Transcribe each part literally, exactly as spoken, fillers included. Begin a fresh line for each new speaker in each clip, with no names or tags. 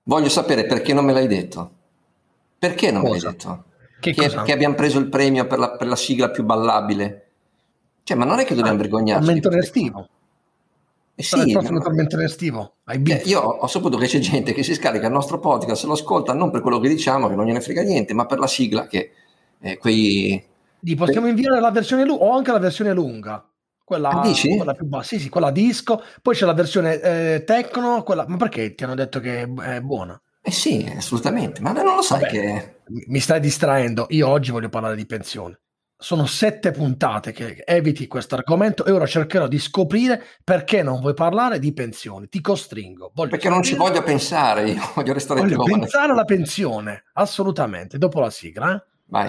Voglio sapere perché non me l'hai detto. Perché non
Cosa?
me l'hai detto?
Che,
che,
cosa?
che abbiamo preso il premio per la, per la sigla più ballabile. Cioè, ma non è che dobbiamo
Ah,
vergognarci di
tormentone
queste cose.
estivo.
Eh
Sarà il
sì,
prossimo
ma-
tormentone estivo. Hai
cioè,
Ibiza.
io ho saputo che c'è gente che si scarica il nostro podcast, se lo ascolta non per quello che diciamo, che non gliene frega niente, ma per la sigla che eh, quei...
Gli possiamo
que-
inviare la versione lunga o anche la versione lunga.
Ah,
Quella,
dici?
quella più bassa, sì, sì, quella disco. Poi c'è la versione eh, techno. Quella... Ma perché ti hanno detto che è, è buona?
Eh sì, assolutamente, ma non lo sai
Vabbè,
che...
mi stai distraendo. Io oggi voglio parlare di pensioni. Sono sette puntate che eviti questo argomento e ora cercherò di scoprire perché non vuoi parlare di pensioni. Ti costringo. Voglio
Perché non ci
scoprire.
voglio pensare, io voglio restare
Voglio
giovane.
pensare alla pensione. Assolutamente. Dopo la sigla, eh?
Vai.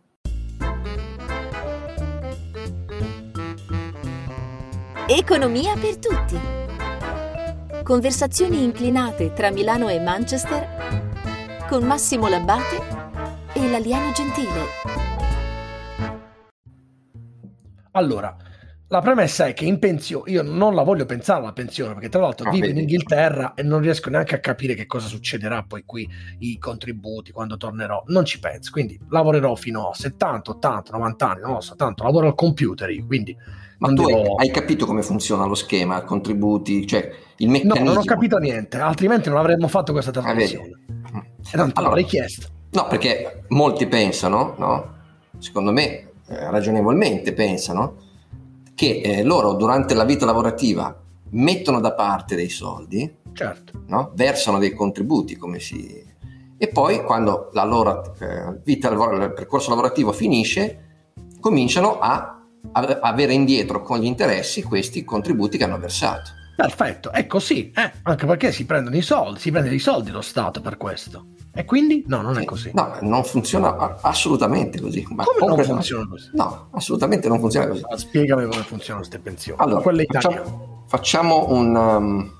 Economia per tutti. Conversazioni inclinate tra Milano e Manchester con Massimo Labbate e Laliano Gentile.
Allora, la premessa è che in pensione, io non la voglio pensare alla pensione, perché tra l'altro
Ah,
vivo in
vedi.
Inghilterra e non riesco neanche a capire che cosa succederà poi qui, i contributi, quando tornerò, non ci penso, quindi lavorerò fino a settanta, ottanta, novanta anni, non lo so, tanto lavoro al computer io, quindi
Ma
non
tu hai,
devo...
hai capito come funziona lo schema, contributi, cioè il
No,
meccanismo?
non ho capito niente, altrimenti non avremmo fatto questa
Ah, vedi.
trasmissione. E tanto
Allora,
l'avrei chiesto.
no, perché molti pensano, no? Secondo me eh, ragionevolmente pensano che eh, loro durante la vita lavorativa mettono da parte dei soldi,
Certo.
no? Versano dei contributi, come si... e poi quando la loro eh, vita, il percorso lavorativo finisce, cominciano a, a avere indietro con gli interessi questi contributi che hanno versato.
Perfetto, è così, eh? Anche perché si prendono i soldi, si prende i soldi lo Stato per questo. E quindi? No, non
Sì.
è così.
No, non funziona assolutamente così. Ma
Come non
compre-
funziona così?
No, assolutamente non funziona così.
Ah, spiegami come funzionano queste pensioni.
Allora,
Quelle italiane.
facciamo, facciamo un, um,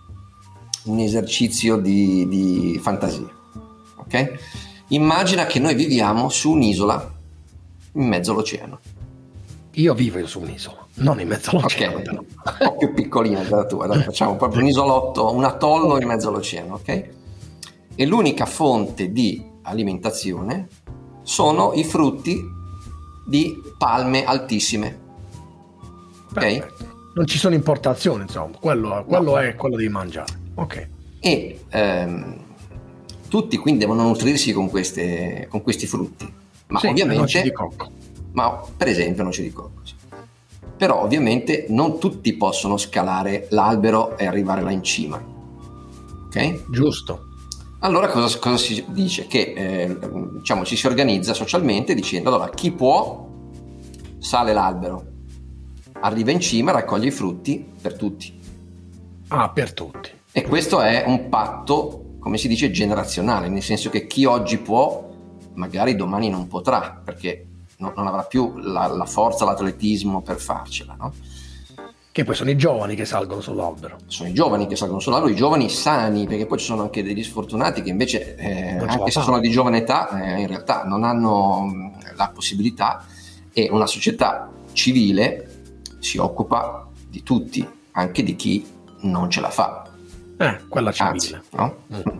un esercizio di, di fantasia, ok? Immagina che noi viviamo su un'isola in mezzo all'oceano.
Io vivo su un'isola, non in mezzo all'oceano.
Ok,
Però.
un po' più piccolina della tua, dai, facciamo proprio un isolotto, un atollo in mezzo all'oceano, ok? E l'unica fonte di alimentazione sono i frutti di palme altissime, ok?
Perfetto. Non ci sono importazioni, insomma, quello, quello
No.
è quello di mangiare. Ok.
E ehm, tutti quindi devono nutrirsi con, queste, con questi frutti, ma
Sì, le
ovviamente,
noci di cocco.
ma per esempio noci di cocco, sì. Però ovviamente non tutti possono scalare l'albero e arrivare là in cima, ok?
Giusto.
Allora cosa, cosa si dice? Che eh, diciamo ci si organizza socialmente dicendo allora chi può sale l'albero, arriva in cima e raccoglie i frutti per tutti.
Ah, per tutti.
E questo è un patto, come si dice, generazionale, nel senso che chi oggi può magari domani non potrà, perché no, non avrà più la, la forza, l'atletismo per farcela, no?
Che poi sono i giovani che salgono sull'albero.
Sono i giovani che salgono sull'albero, i giovani sani, perché poi ci sono anche degli sfortunati che invece, eh,
Non ce la
anche se
fanno.
sono di giovane età, eh, in realtà non hanno mh, la possibilità, e una società civile si occupa di tutti, anche di chi non ce la fa.
Eh, quella
Anzi,
civile.
no?
Mm.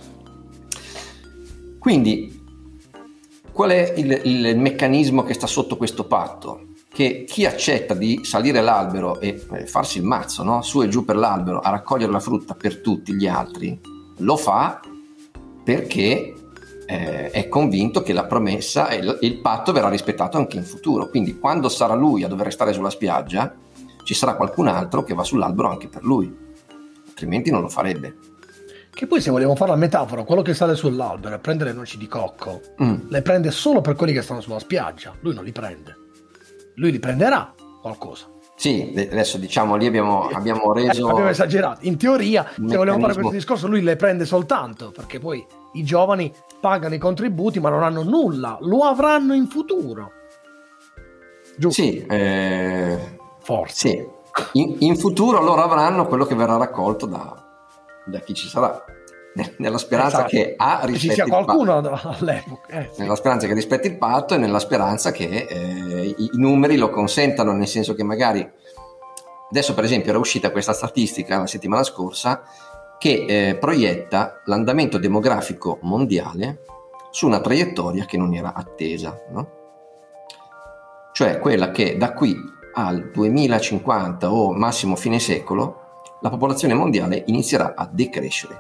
Quindi, qual è il, il meccanismo che sta sotto questo patto? Che chi accetta di salire l'albero e eh, farsi il mazzo, no? Su e giù per l'albero a raccogliere la frutta per tutti gli altri, lo fa perché eh, è convinto che la promessa e il, il patto verrà rispettato anche in futuro. Quindi quando sarà lui a dover restare sulla spiaggia, ci sarà qualcun altro che va sull'albero anche per lui, altrimenti non lo farebbe.
Che poi, se vogliamo fare la metafora, quello che sale sull'albero e prende le noci di cocco,
Mm.
le prende solo per quelli che stanno sulla spiaggia. Lui non li prende. Lui li prenderà qualcosa.
Sì, adesso diciamo lì abbiamo, abbiamo reso...
Eh, abbiamo esagerato. In teoria, se vogliamo fare
meccanismo-
questo discorso, lui le prende soltanto perché poi i giovani pagano i contributi ma non hanno nulla. Lo avranno in futuro. Giusto?
Sì, eh,
Forse.
sì. In, in futuro loro avranno quello che verrà raccolto da, da chi ci sarà, ne- nella speranza
Esatto.
che A
Che ci
rispetti
sia
il patto.
qualcuno all'epoca. Eh, sì.
Nella speranza che rispetti il patto e nella speranza che eh, i, i numeri lo consentano, nel senso che magari adesso per esempio era uscita questa statistica la settimana scorsa che eh, proietta l'andamento demografico mondiale su una traiettoria che non era attesa, no? Cioè quella che da qui al duemilacinquanta o massimo fine secolo la popolazione mondiale inizierà a decrescere.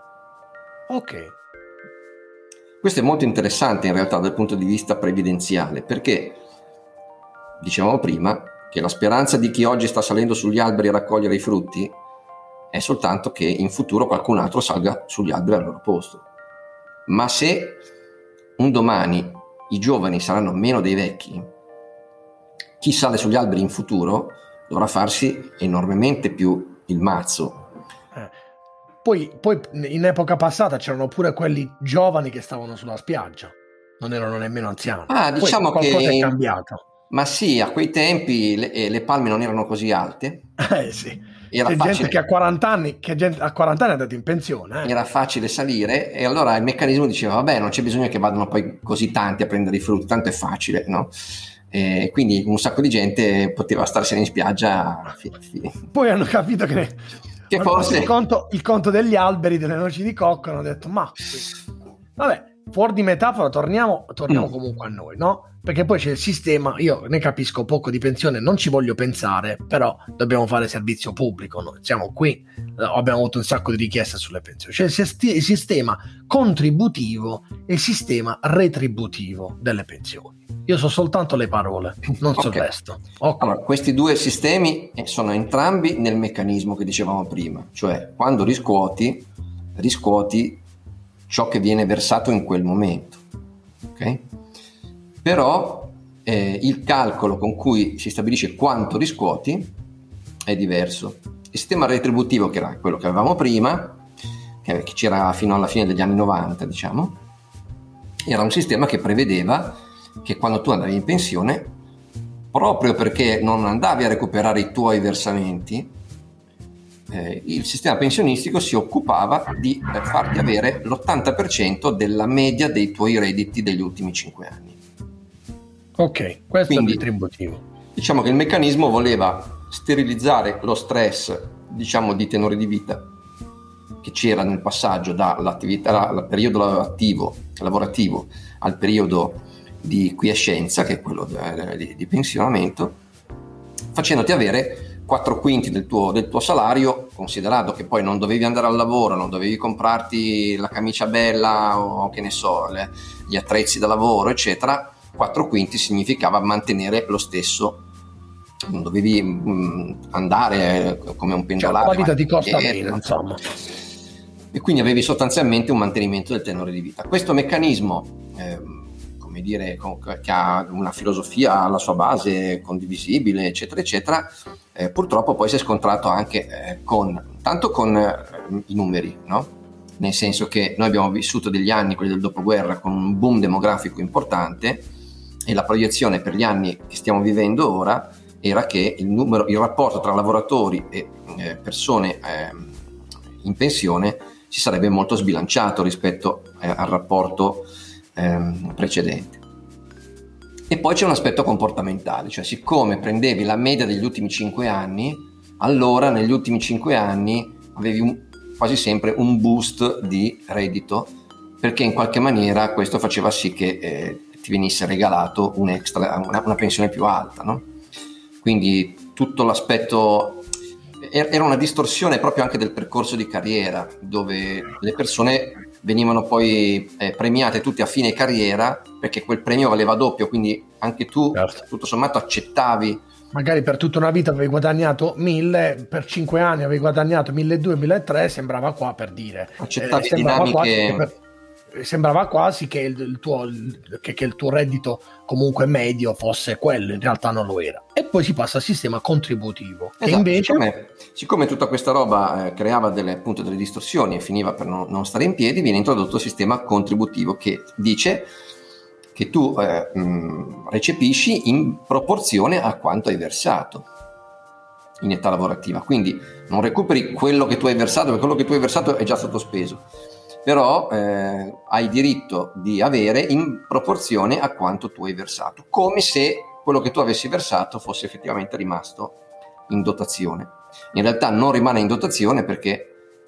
Ok.
Questo è molto interessante in realtà dal punto di vista previdenziale, perché dicevamo prima che la speranza di chi oggi sta salendo sugli alberi a raccogliere i frutti è soltanto che in futuro qualcun altro salga sugli alberi al loro posto. Ma se un domani i giovani saranno meno dei vecchi, chi sale sugli alberi in futuro dovrà farsi enormemente più il mazzo.
Eh. Poi, poi in epoca passata c'erano pure quelli giovani che stavano sulla spiaggia, non erano nemmeno anziani.
Ah, diciamo
poi qualcosa
che
è cambiato.
Ma sì, a quei tempi le, le palme non erano così alte.
Eh sì.
Era
C'è
facile,
gente che a quaranta anni, che gente, a quaranta anni è andata in pensione. Eh.
Era facile salire, e allora il meccanismo diceva vabbè, non c'è bisogno che vadano poi così tanti a prendere i frutti, tanto è facile, no? E quindi un sacco di gente poteva starsene in spiaggia. Fi, fi.
Poi hanno capito che,
che forse
il conto, il conto degli alberi, delle noci di cocco, hanno detto ma vabbè, fuori di metafora, torniamo, torniamo mm. comunque a noi, no? Perché poi c'è il sistema, io ne capisco poco di pensione, non ci voglio pensare, però dobbiamo fare servizio pubblico, noi siamo qui, abbiamo avuto un sacco di richieste sulle pensioni. C'è il sistema contributivo e il sistema retributivo delle pensioni. Io so soltanto le parole, non so okay. il resto. Okay.
Allora, questi due sistemi sono entrambi nel meccanismo che dicevamo prima, cioè quando riscuoti, riscuoti ciò che viene versato in quel momento, ok? Però eh, il calcolo con cui si stabilisce quanto riscuoti è diverso. Il sistema retributivo, che era quello che avevamo prima, che c'era fino alla fine degli anni novanta, diciamo, era un sistema che prevedeva che quando tu andavi in pensione, proprio perché non andavi a recuperare i tuoi versamenti, eh, il sistema pensionistico si occupava di eh, farti avere l'ottanta per cento della media dei tuoi redditi degli ultimi cinque anni.
Ok, questo
Quindi,
è il retributivo.
Diciamo che il meccanismo voleva sterilizzare lo stress, diciamo, di tenore di vita che c'era nel passaggio dall'attività, dal periodo attivo, lavorativo al periodo di quiescenza, che è quello di, di pensionamento, facendoti avere quattro quinti del tuo, del tuo salario, considerato che poi non dovevi andare al lavoro, non dovevi comprarti la camicia bella o che ne so, le, gli attrezzi da lavoro, eccetera. Quattro quinti significava mantenere lo stesso, non dovevi mh, andare come un pendolare,
cioè, la vita ti costa meno, insomma,
e quindi avevi sostanzialmente un mantenimento del tenore di vita. Questo meccanismo eh, come dire, che ha una filosofia alla sua base condivisibile, eccetera eccetera, eh, purtroppo poi si è scontrato anche eh, con tanto con eh, i numeri, no? Nel senso che noi abbiamo vissuto degli anni, quelli del dopoguerra, con un boom demografico importante, e la proiezione per gli anni che stiamo vivendo ora era che il numero, il rapporto tra lavoratori e eh, persone eh, in pensione si sarebbe molto sbilanciato rispetto eh, al rapporto eh, precedente. E poi c'è un aspetto comportamentale, cioè siccome prendevi la media degli ultimi cinque anni, allora negli ultimi cinque anni avevi un, quasi sempre un boost di reddito, perché in qualche maniera questo faceva sì che eh, ti venisse regalato un extra, una, una pensione più alta, no? Quindi tutto l'aspetto era una distorsione proprio anche del percorso di carriera, dove le persone venivano poi eh, premiate tutte a fine carriera perché quel premio valeva doppio, quindi anche tu certo. tutto sommato accettavi.
Magari per tutta una vita avevi guadagnato mille, per cinque anni avevi guadagnato milleduecento milletrecento, sembrava qua, per dire,
accettavi eh, dinamiche
per... sembrava quasi che il, il tuo che, che il tuo reddito comunque medio fosse quello, in realtà non lo era. E poi si passa al sistema contributivo.
Esatto,
e invece
siccome, siccome tutta questa roba eh, creava delle, appunto, delle distorsioni e finiva per non, non stare in piedi, viene introdotto il sistema contributivo, che dice che tu eh, mh, recepisci in proporzione a quanto hai versato in età lavorativa, quindi non recuperi quello che tu hai versato, perché quello che tu hai versato è già stato speso, però eh, hai diritto di avere in proporzione a quanto tu hai versato, come se quello che tu avessi versato fosse effettivamente rimasto in dotazione. In realtà non rimane in dotazione perché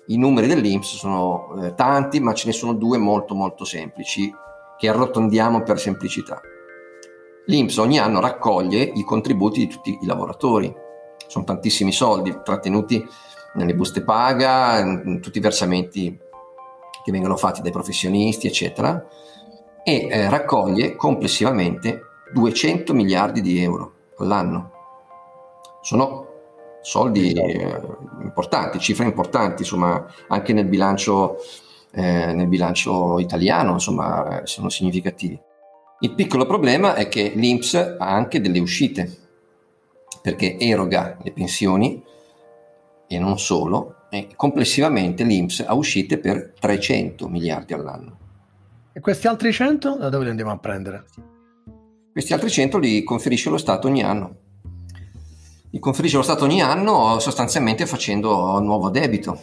i numeri dell'I N P S sono eh, tanti, ma ce ne sono due molto molto semplici che arrotondiamo per semplicità. L'I N P S ogni anno raccoglie i contributi di tutti i lavoratori, sono tantissimi soldi trattenuti nelle buste paga, in tutti i versamenti che vengono fatti dai professionisti, eccetera, e eh, raccoglie complessivamente duecento miliardi di euro all'anno. Sono soldi eh, importanti, cifre importanti, insomma, anche nel bilancio, eh, nel bilancio italiano, insomma, eh, sono significativi. Il piccolo problema è che l'I N P S ha anche delle uscite, perché eroga le pensioni e non solo, e complessivamente l'I N P S ha uscite per trecento miliardi all'anno.
E questi altri cento da dove li andiamo a prendere?
Questi altri cento li conferisce lo Stato ogni anno. Li conferisce lo Stato ogni anno sostanzialmente facendo nuovo debito,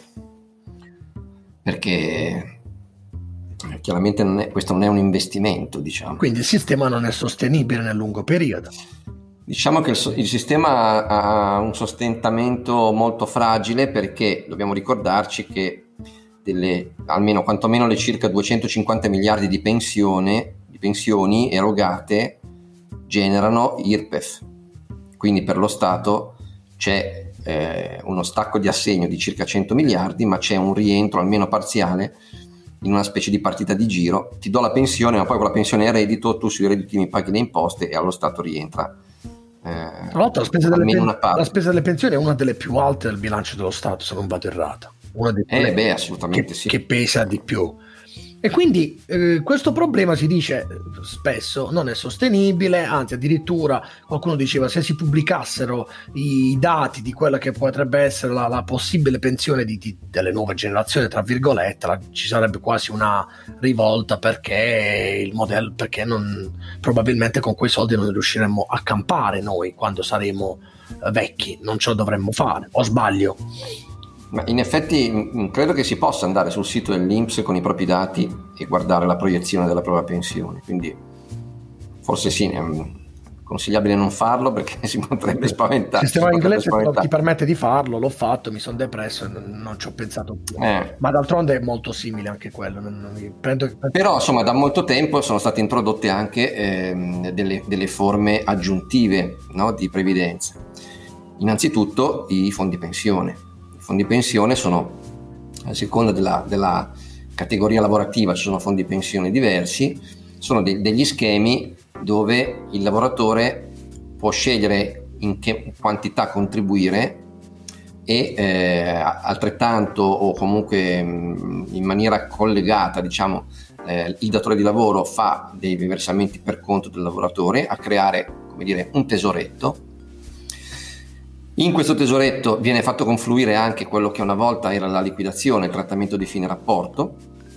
perché chiaramente non è, questo non è un investimento, diciamo.
Quindi il sistema non è sostenibile nel lungo periodo.
Diciamo che il, il sistema ha un sostentamento molto fragile, perché dobbiamo ricordarci che delle, almeno quantomeno le circa duecentocinquanta miliardi di pensione, di pensioni erogate generano I R P E F. Quindi per lo Stato c'è eh, uno stacco di assegno di circa cento miliardi, ma c'è un rientro almeno parziale in una specie di partita di giro. Ti do la pensione, ma poi con la pensione è reddito, tu sui redditi mi paghi le imposte e allo Stato rientra. Eh,
Tra l'altro la spesa, delle pen- la spesa delle pensioni è una delle più alte del bilancio dello Stato, se non vado errato. Una delle
eh beh, assolutamente
che,
sì.
che pesa di più. E quindi eh, questo problema, si dice spesso, non è sostenibile, anzi addirittura qualcuno diceva se si pubblicassero i dati di quella che potrebbe essere la, la possibile pensione di, di, delle nuove generazioni, tra virgolette, la, ci sarebbe quasi una rivolta, perché il modello, perché non, probabilmente con quei soldi non riusciremmo a campare noi quando saremo eh, vecchi, non ce lo dovremmo fare, o sbaglio?
Ma in effetti credo che si possa andare sul sito dell'I N P S con i propri dati e guardare la proiezione della propria pensione, quindi forse sì, è consigliabile non farlo, perché si potrebbe spaventare.
Il sistema inglese ti permette di farlo, l'ho fatto, mi sono depresso e non, non ci ho pensato più. Eh. Ma d'altronde è molto simile anche quello. Non, non, prendo...
Però insomma da molto tempo sono state introdotte anche eh, delle, delle forme aggiuntive, no, di previdenza. Innanzitutto i fondi pensione. I fondi pensione sono, a seconda della, della categoria lavorativa, ci sono fondi pensione diversi, sono de- degli schemi dove il lavoratore può scegliere in che quantità contribuire e eh, altrettanto o comunque mh, in maniera collegata, diciamo, eh, il datore di lavoro fa dei versamenti per conto del lavoratore a creare, come dire, un tesoretto. In questo tesoretto viene fatto confluire anche quello che una volta era la liquidazione, il trattamento di fine rapporto,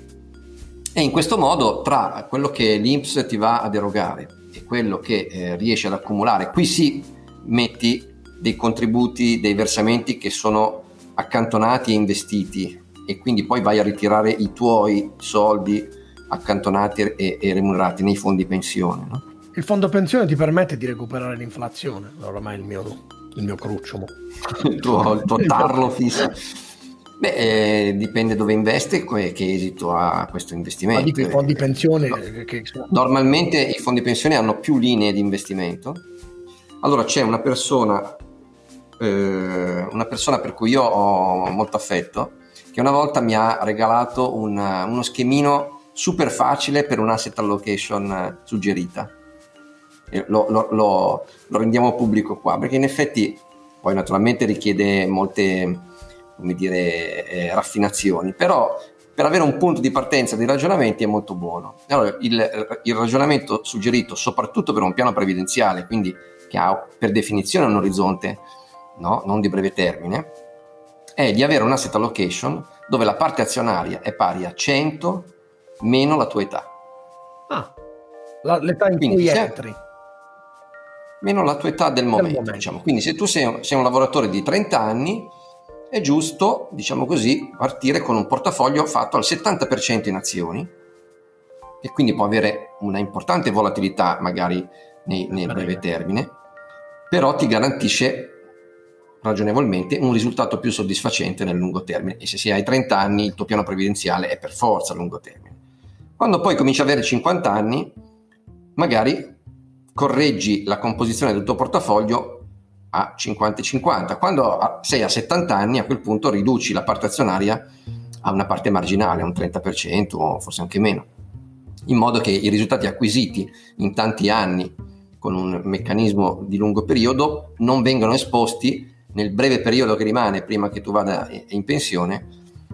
e in questo modo tra quello che l'I N P S ti va ad erogare e quello che eh, riesci ad accumulare, qui sì metti dei contributi, dei versamenti che sono accantonati e investiti, e quindi poi vai a ritirare i tuoi soldi accantonati e, e remunerati nei fondi pensione, no?
Il fondo pensione ti permette di recuperare l'inflazione, ormai il mio il mio crucciolo,
il tuo, il tuo tarlo fisso. Beh, eh, dipende dove investe, che, che esito ha questo investimento.
Ma dico i fondi pensione
no.
che...
Normalmente i fondi pensione hanno più linee di investimento. Allora c'è una persona eh, una persona per cui io ho molto affetto, che una volta mi ha regalato una, uno schemino super facile per un asset allocation suggerita. Lo, lo, lo, lo rendiamo pubblico qua, perché in effetti poi naturalmente richiede molte, come dire, eh, raffinazioni, però per avere un punto di partenza dei ragionamenti è molto buono. Allora, il, il ragionamento suggerito, soprattutto per un piano previdenziale, quindi che ha per definizione un orizzonte, no, non di breve termine, è di avere un asset allocation dove la parte azionaria è pari a cento meno la tua età.
Ah, la, l'età in quindi cui entri.
Meno la tua età del momento, momento. Diciamo. Quindi se tu sei un, sei un lavoratore di trenta anni, è giusto, diciamo così, partire con un portafoglio fatto al settanta per cento in azioni, e quindi può avere una importante volatilità magari nei, nei breve termine, però ti garantisce ragionevolmente un risultato più soddisfacente nel lungo termine, e se si hai trenta anni il tuo piano previdenziale è per forza a lungo termine. Quando poi cominci ad avere cinquanta anni, magari correggi la composizione del tuo portafoglio a cinquanta e cinquanta. Quando sei a settanta anni, a quel punto riduci la parte azionaria a una parte marginale, a un trenta per cento o forse anche meno, in modo che i risultati acquisiti in tanti anni con un meccanismo di lungo periodo non vengano esposti nel breve periodo che rimane prima che tu vada in pensione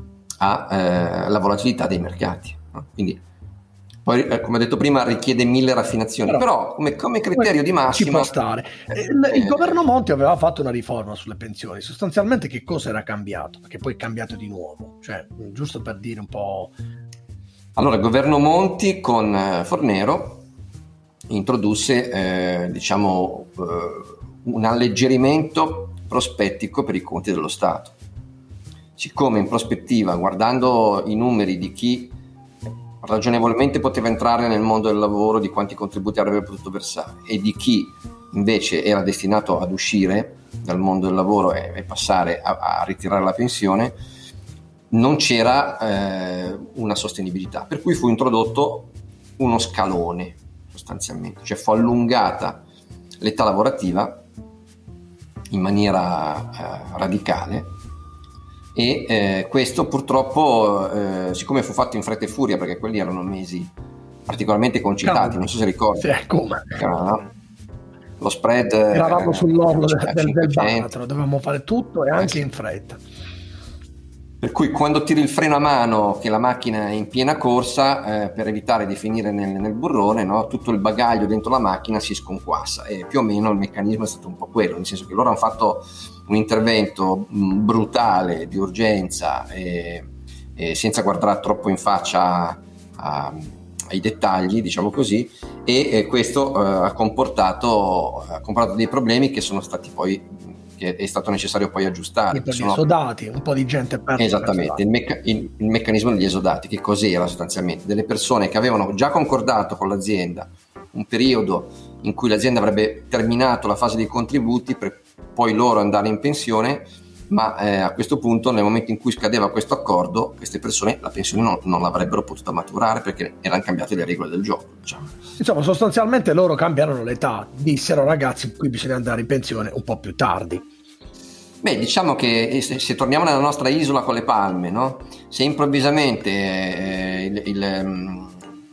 alla eh, volatilità dei mercati, no? Quindi poi, eh, come ho detto prima, richiede mille raffinazioni, però, però come, come criterio di massima
ci può stare.
Eh,
il, il
eh,
governo Monti aveva fatto una riforma sulle pensioni. Sostanzialmente che cosa era cambiato? Perché poi è cambiato di nuovo, cioè giusto per dire un po'.
Allora, il governo Monti con eh, Fornero introdusse eh, diciamo eh, un alleggerimento prospettico per i conti dello Stato. Siccome in prospettiva, guardando i numeri di chi ragionevolmente poteva entrare nel mondo del lavoro, di quanti contributi avrebbe potuto versare, e di chi invece era destinato ad uscire dal mondo del lavoro e, e passare a, a ritirare la pensione, non c'era eh, una sostenibilità, per cui fu introdotto uno scalone sostanzialmente, cioè fu allungata l'età lavorativa in maniera eh, radicale. E eh, questo purtroppo, eh, siccome fu fatto in fretta e furia, perché quelli erano mesi particolarmente concitati, non so se ricordi,
sì, come?
No? Lo spread
eravamo
eh,
sull'orlo del, del, del
cinquecento,
baratro, dovevamo fare tutto e anche
eh,
in fretta.
Per cui quando tiri il freno a mano, che la macchina è in piena corsa, eh, per evitare di finire nel, nel burrone, no? Tutto il bagaglio dentro la macchina si sconquassa, e più o meno il meccanismo è stato un po' quello, nel senso che loro hanno fatto un intervento mh, brutale, di urgenza, e, e senza guardare troppo in faccia a, ai dettagli, diciamo così, e, e questo eh, ha comportato, ha comportato dei problemi che sono stati poi che è stato necessario poi aggiustare.
Un po' di
sono...
esodati, un po' di gente persa.
Esattamente, il, mecca- il, il meccanismo degli esodati, che cos'era sostanzialmente? Delle persone che avevano già concordato con l'azienda un periodo in cui l'azienda avrebbe terminato la fase dei contributi per poi loro andare in pensione, ma eh, a questo punto, nel momento in cui scadeva questo accordo, queste persone la pensione non, non l'avrebbero potuta maturare perché erano cambiate le regole del gioco, diciamo.
Insomma, sostanzialmente loro cambiarono l'età, dissero ragazzi qui bisogna andare in pensione un po' più tardi.
Beh, diciamo che se, se torniamo nella nostra isola con le palme, no? Se improvvisamente eh, il, il,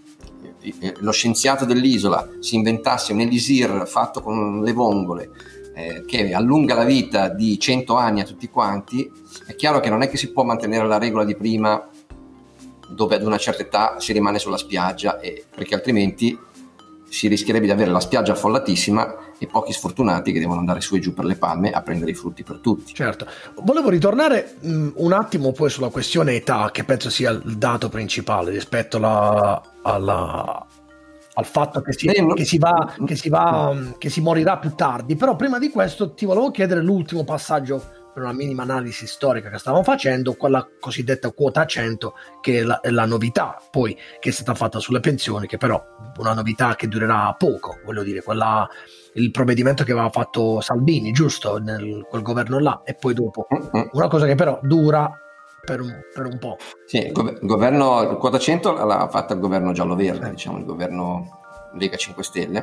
il, lo scienziato dell'isola si inventasse un elisir fatto con le vongole eh, che allunga la vita di cento anni a tutti quanti, è chiaro che non è che si può mantenere la regola di prima, dove ad una certa età si rimane sulla spiaggia, e, perché altrimenti si rischierebbe di avere la spiaggia affollatissima e pochi sfortunati che devono andare su e giù per le palme a prendere i frutti per tutti.
Certo, volevo ritornare mh, un attimo poi sulla questione età, che penso sia il dato principale rispetto alla, alla, al fatto che si,
Beh,
che si va, che si va, che si morirà più tardi. Però prima di questo ti volevo chiedere l'ultimo passaggio, per una minima analisi storica che stavamo facendo, quella cosiddetta quota cento, che è la, è la novità poi che è stata fatta sulle pensioni, che però una novità che durerà poco, voglio dire, quella, il provvedimento che aveva fatto Salvini, giusto, nel quel governo là, e poi dopo una cosa che però dura per un, per un po'.
Sì, il governo, il quota cento l'ha fatta il governo giallo-verde, diciamo il governo Lega cinque Stelle,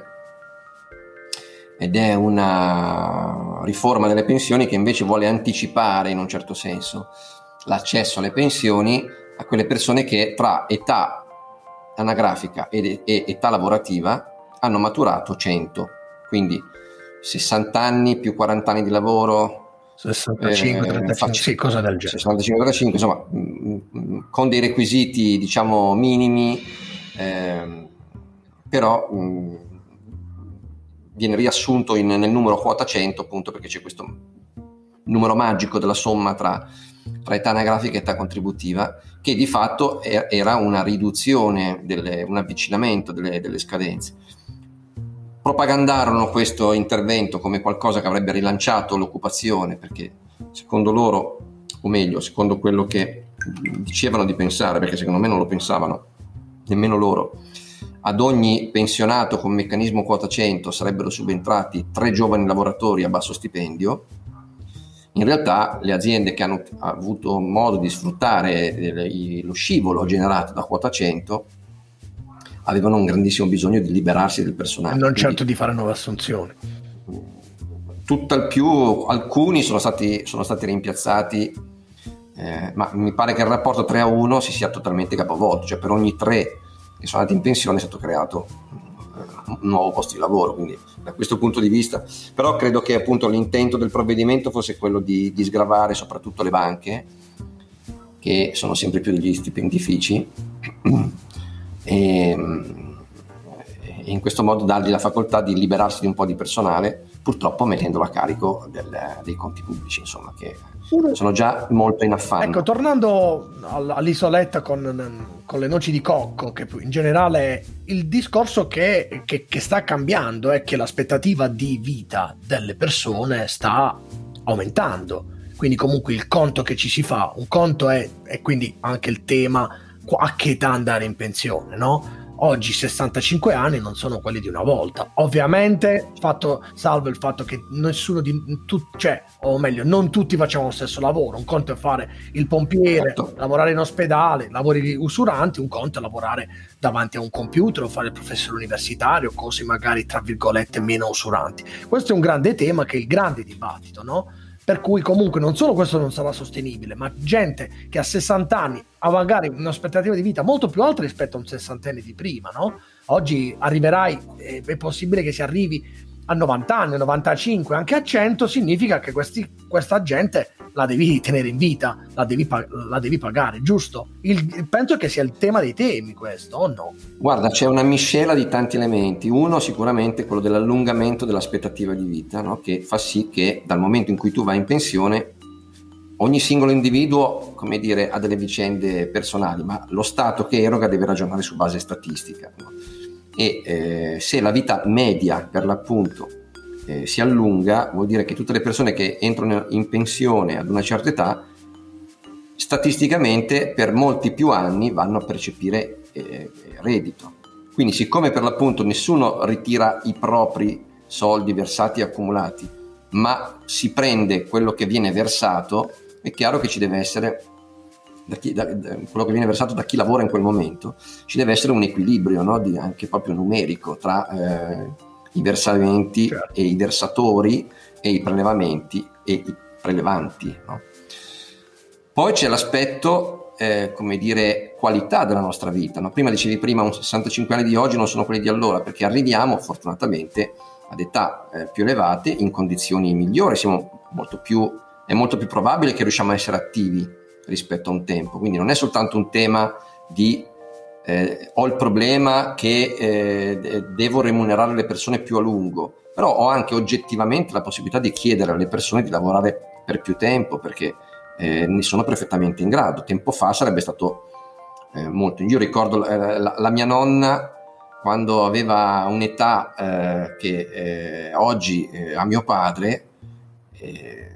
ed è una riforma delle pensioni che invece vuole anticipare in un certo senso l'accesso alle pensioni a quelle persone che tra età anagrafica ed e età lavorativa hanno maturato cento, quindi sessanta anni più quaranta anni di lavoro,
sessantacinque trentacinque, sì, cosa del genere,
sessantacinque trentacinque, insomma, mh, con dei requisiti diciamo minimi, eh, però mh, viene riassunto in, nel numero quota cento, appunto perché c'è questo numero magico della somma tra, tra età anagrafica e età contributiva, che di fatto è, era una riduzione, delle, un avvicinamento delle, delle scadenze. Propagandarono questo intervento come qualcosa che avrebbe rilanciato l'occupazione, perché secondo loro, o meglio, secondo quello che dicevano di pensare, perché secondo me non lo pensavano nemmeno loro, ad ogni pensionato con meccanismo quota cento sarebbero subentrati tre giovani lavoratori a basso stipendio, In realtà le aziende che hanno avuto modo di sfruttare lo scivolo generato da quota cento avevano un grandissimo bisogno di liberarsi del personale.
E non certo Quindi, di fare nuove assunzioni.
Tutt'al più alcuni sono stati, sono stati rimpiazzati, eh, ma mi pare che il rapporto tre a uno si sia totalmente capovolto, cioè per ogni tre che sono andati in pensione è stato creato un nuovo posto di lavoro, quindi da questo punto di vista. Però credo che appunto l'intento del provvedimento fosse quello di, di sgravare soprattutto le banche, che sono sempre più degli stipendifici, e, e in questo modo dargli la facoltà di liberarsi di un po' di personale, purtroppo mettendolo a carico del, dei conti pubblici, insomma, che sono già molto in affanno.
Ecco, tornando all'isoletta con, con le noci di cocco, che in generale il discorso che, che, che sta cambiando è che l'aspettativa di vita delle persone sta aumentando, quindi comunque il conto che ci si fa, un conto è, e quindi anche il tema a che età andare in pensione, no? Oggi sessantacinque anni non sono quelli di una volta, ovviamente fatto salvo il fatto che nessuno di tu, cioè, o meglio, non tutti facciamo lo stesso lavoro. Un conto è fare il pompiere, certo, lavorare in ospedale, lavori usuranti, un conto è lavorare davanti a un computer o fare il professore universitario, cose magari tra virgolette meno usuranti. Questo è un grande tema, che è il grande dibattito, no? Per cui comunque non solo questo non sarà sostenibile, ma gente che a sessanta anni ha magari un'aspettativa di vita molto più alta rispetto a un sessantenne di prima, no? Oggi arriverai, eh, è possibile che si arrivi a novanta anni, a novantacinque, anche a cento, significa che questi, questa gente la devi tenere in vita, la devi, la devi pagare, giusto? Il, penso che sia il tema dei temi questo, o no?
Guarda, c'è una miscela di tanti elementi. Uno sicuramente quello dell'allungamento dell'aspettativa di vita, no? Che fa sì che dal momento in cui tu vai in pensione ogni singolo individuo, come dire, ha delle vicende personali, ma lo Stato che eroga deve ragionare su base statistica, no? E eh, se la vita media per l'appunto eh, si allunga, vuol dire che tutte le persone che entrano in pensione ad una certa età statisticamente per molti più anni vanno a percepire eh, reddito. Quindi siccome per l'appunto nessuno ritira i propri soldi versati e accumulati, ma si prende quello che viene versato, è chiaro che ci deve essere Da chi, da, da, quello che viene versato da chi lavora in quel momento, ci deve essere un equilibrio, no? Di, anche proprio numerico tra eh, i versamenti, certo, e i versatori, e i prelevamenti e i prelevanti, no? Poi c'è l'aspetto eh, come dire qualità della nostra vita, no? Prima dicevi prima un sessantacinque anni di oggi non sono quelli di allora, perché arriviamo fortunatamente ad età eh, più elevate in condizioni migliori, siamo molto più, è molto più probabile che riusciamo a essere attivi rispetto a un tempo. Quindi non è soltanto un tema di eh, ho il problema che eh, devo remunerare le persone più a lungo, però ho anche oggettivamente la possibilità di chiedere alle persone di lavorare per più tempo, perché eh, ne sono perfettamente in grado. Tempo fa sarebbe stato eh, molto. Io ricordo eh, la, la mia nonna quando aveva un'età eh, che eh, oggi eh, ha mio padre, eh,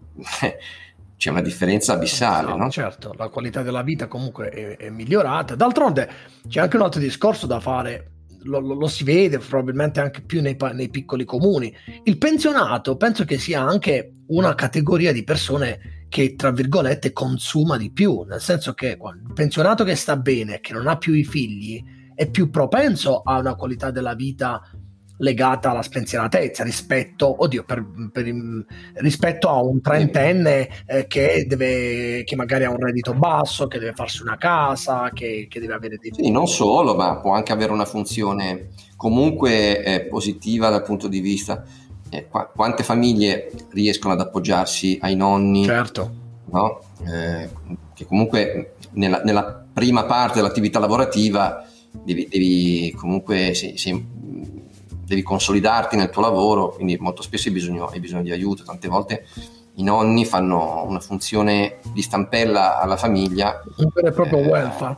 c'è una differenza abissale, no, no?
Certo, la qualità della vita comunque è, è migliorata. D'altronde c'è anche un altro discorso da fare, lo, lo, lo si vede probabilmente anche più nei, nei piccoli comuni. Il pensionato penso che sia anche una categoria di persone che tra virgolette consuma di più, nel senso che il pensionato che sta bene, che non ha più i figli, è più propenso a una qualità della vita legata alla spensieratezza rispetto, oddio, per, per, rispetto a un trentenne eh, che deve, che magari ha un reddito basso, che deve farsi una casa, che, che deve avere dei...
Sì, non solo, ma può anche avere una funzione comunque eh, positiva dal punto di vista eh, qu- quante famiglie riescono ad appoggiarsi ai nonni,
certo,
no? Eh, che comunque nella, nella prima parte dell'attività lavorativa devi, devi comunque sì, sì, devi consolidarti nel tuo lavoro, quindi molto spesso hai bisogno, hai bisogno di aiuto. Tante volte i nonni fanno una funzione di stampella alla famiglia,
un vero e proprio eh, welfare.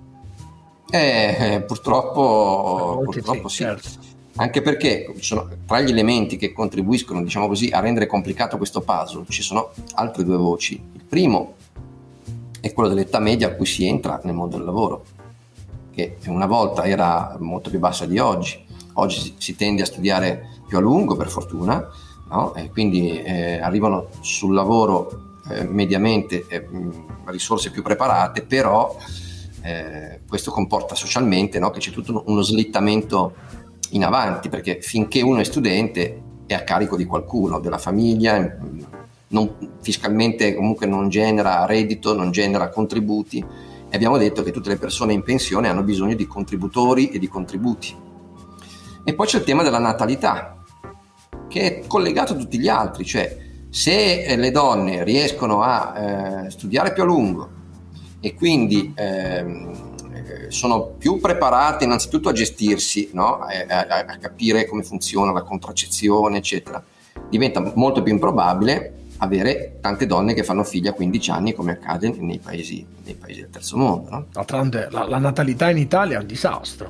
Eh, purtroppo, purtroppo sì,
sì. Certo.
Anche perché ci sono, tra gli elementi che contribuiscono, diciamo così, a rendere complicato questo puzzle, ci sono altre due voci. Il primo è quello dell'età media a cui si entra nel mondo del lavoro, che una volta era molto più bassa di oggi. Oggi si tende a studiare più a lungo, per fortuna, no? E quindi eh, arrivano sul lavoro eh, mediamente eh, risorse più preparate, però eh, questo comporta socialmente, no? Che c'è tutto uno slittamento in avanti, perché finché uno è studente è a carico di qualcuno, della famiglia, non, fiscalmente comunque non genera reddito, non genera contributi, e abbiamo detto che tutte le persone in pensione hanno bisogno di contributori e di contributi. E poi c'è il tema della natalità, che è collegato a tutti gli altri, cioè se le donne riescono a eh, studiare più a lungo e quindi ehm, sono più preparate innanzitutto a gestirsi, no? a, a, a capire come funziona la contraccezione, eccetera, diventa molto più improbabile avere tante donne che fanno figli a quindici anni, come accade nei paesi, nei paesi del terzo mondo, no?
D'altronde la, la natalità in Italia è un disastro.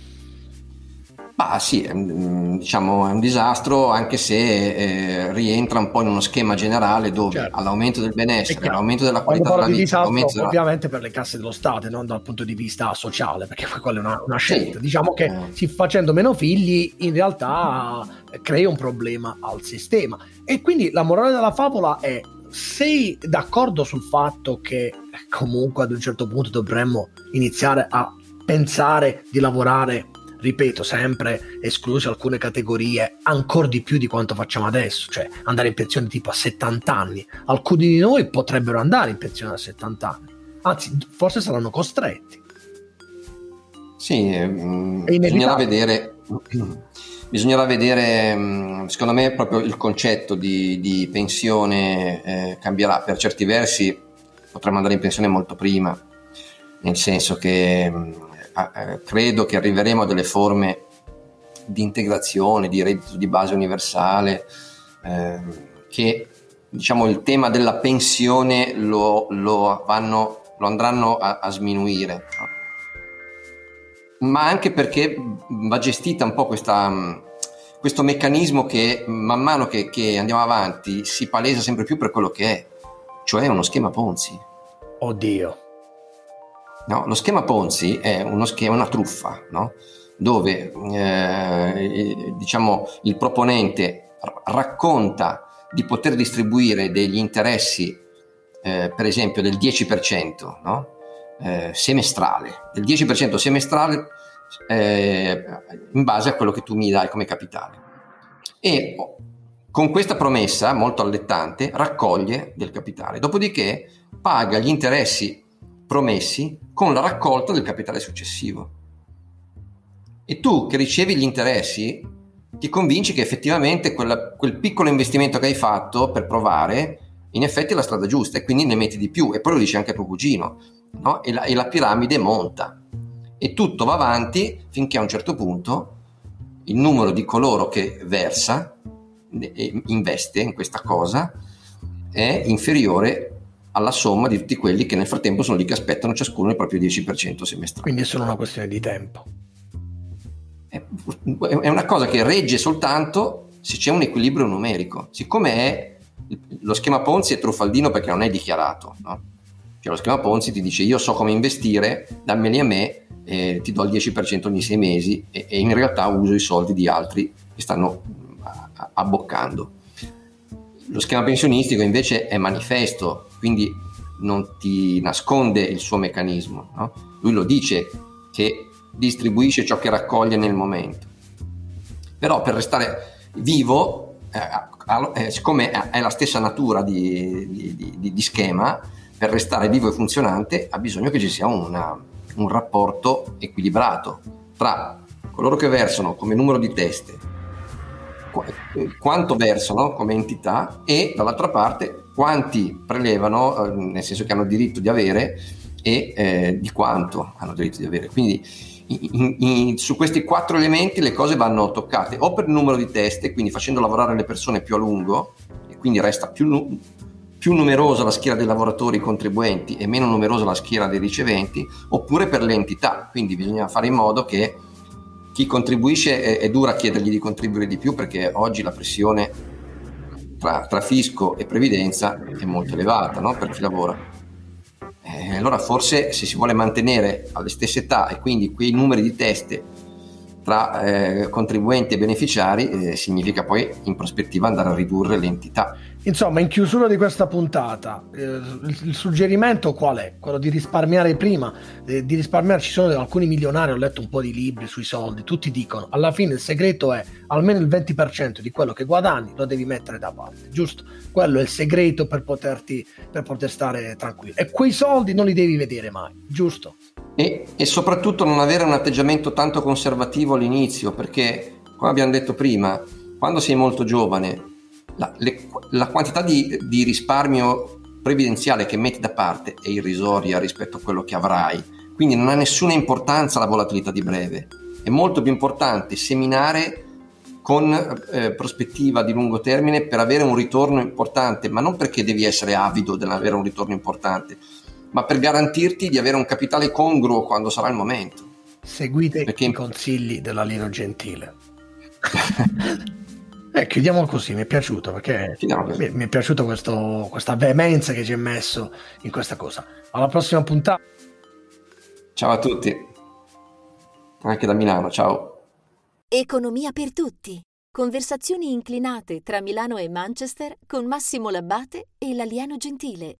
Ah sì, è un, diciamo, è un disastro, anche se eh, rientra un po' in uno schema generale dove
certo.
all'aumento del benessere, all'aumento della
quando
qualità della
di
vita,
disastro,
della...
ovviamente per le casse dello Stato, non dal punto di vista sociale, perché poi quella è una, una scelta.
Sì.
Diciamo che
eh.
si facendo meno figli in realtà crea un problema al sistema. E quindi la morale della favola è: sei d'accordo sul fatto che comunque ad un certo punto dovremmo iniziare a pensare di lavorare, ripeto, sempre escluse alcune categorie, ancora di più di quanto facciamo adesso, cioè andare in pensione tipo a settanta anni? Alcuni di noi potrebbero andare in pensione a settanta anni, anzi forse saranno costretti.
Sì, mh, bisognerà vedere, bisognerà vedere, mh, secondo me proprio il concetto di, di pensione eh, cambierà. Per certi versi potremmo andare in pensione molto prima, nel senso che mh, Eh, credo che arriveremo a delle forme di integrazione, di reddito di base universale, eh, che diciamo il tema della pensione lo, lo, vanno, lo andranno a, a sminuire, no? Ma anche perché va gestita un po' questa, questo meccanismo che man mano che, che andiamo avanti si palesa sempre più per quello che è, cioè uno schema Ponzi.
Oddio.
No, lo schema Ponzi è uno schema, una truffa, no? Dove eh, diciamo il proponente racconta di poter distribuire degli interessi, eh, per esempio del dieci per cento, no? eh, semestrale, del dieci per cento semestrale eh, in base a quello che tu mi dai come capitale. E con questa promessa molto allettante raccoglie del capitale, dopodiché paga gli interessi promessi con la raccolta del capitale successivo. E tu che ricevi gli interessi ti convinci che effettivamente quella, quel piccolo investimento che hai fatto per provare in effetti è la strada giusta, e quindi ne metti di più, e poi lo dice anche tuo cugino, no? e, la, e la piramide monta e tutto va avanti finché a un certo punto il numero di coloro che versa e investe in questa cosa è inferiore alla somma di tutti quelli che nel frattempo sono lì che aspettano ciascuno il proprio dieci per cento semestrale.
Quindi è solo una questione di tempo.
È una cosa che regge soltanto se c'è un equilibrio numerico. Siccome è lo schema Ponzi è truffaldino perché non è dichiarato, no? Cioè lo schema Ponzi ti dice: io so come investire, dammeli a me, e ti do il dieci per cento ogni sei mesi, e, e in realtà uso i soldi di altri che stanno abboccando. Lo schema pensionistico invece è manifesto, quindi non ti nasconde il suo meccanismo, no? Lui lo dice che distribuisce ciò che raccoglie nel momento, però per restare vivo, eh, eh, siccome è la stessa natura di, di, di, di schema, per restare vivo e funzionante ha bisogno che ci sia una, un rapporto equilibrato tra coloro che versano come numero di teste, quanto versano come entità, e dall'altra parte quanti prelevano, eh, nel senso che hanno diritto di avere, e eh, di quanto hanno diritto di avere. Quindi in, in, su questi quattro elementi le cose vanno toccate o per il numero di teste, quindi facendo lavorare le persone più a lungo, e quindi resta più, più numerosa la schiera dei lavoratori contribuenti e meno numerosa la schiera dei riceventi, oppure per le entità, quindi bisogna fare in modo che chi contribuisce è, è dura chiedergli di contribuire di più, perché oggi la pressione tra, tra fisco e previdenza è molto elevata, no? Per chi lavora. Eh, allora forse se si vuole mantenere alle stesse età e quindi quei numeri di teste tra eh, contribuenti e beneficiari eh, significa poi in prospettiva andare a ridurre l'entità.
Insomma, in chiusura di questa puntata, eh, il, il suggerimento qual è? Quello di risparmiare prima, eh, di risparmiare. Ci sono alcuni milionari, ho letto un po' di libri sui soldi, tutti dicono alla fine il segreto è almeno il venti per cento di quello che guadagni lo devi mettere da parte, giusto? Quello è il segreto per poterti per poter stare tranquillo, e quei soldi non li devi vedere mai, giusto?
E, e soprattutto non avere un atteggiamento tanto conservativo all'inizio, perché come abbiamo detto prima, quando sei molto giovane La, le, la quantità di, di risparmio previdenziale che metti da parte è irrisoria rispetto a quello che avrai, quindi non ha nessuna importanza la volatilità di breve. È molto più importante seminare con eh, prospettiva di lungo termine per avere un ritorno importante, ma non perché devi essere avido dell'avere un ritorno importante, ma per garantirti di avere un capitale congruo quando sarà il momento.
Seguite perché... i consigli dell'alieno gentile. Eh, chiudiamo così, mi è piaciuto perché mi, mi è piaciuto questo, questa veemenza che ci hai messo in questa cosa. Alla prossima puntata.
Ciao a tutti, anche da Milano, ciao.
Economia per tutti. Conversazioni inclinate tra Milano e Manchester con Massimo Labbate e l'alieno gentile.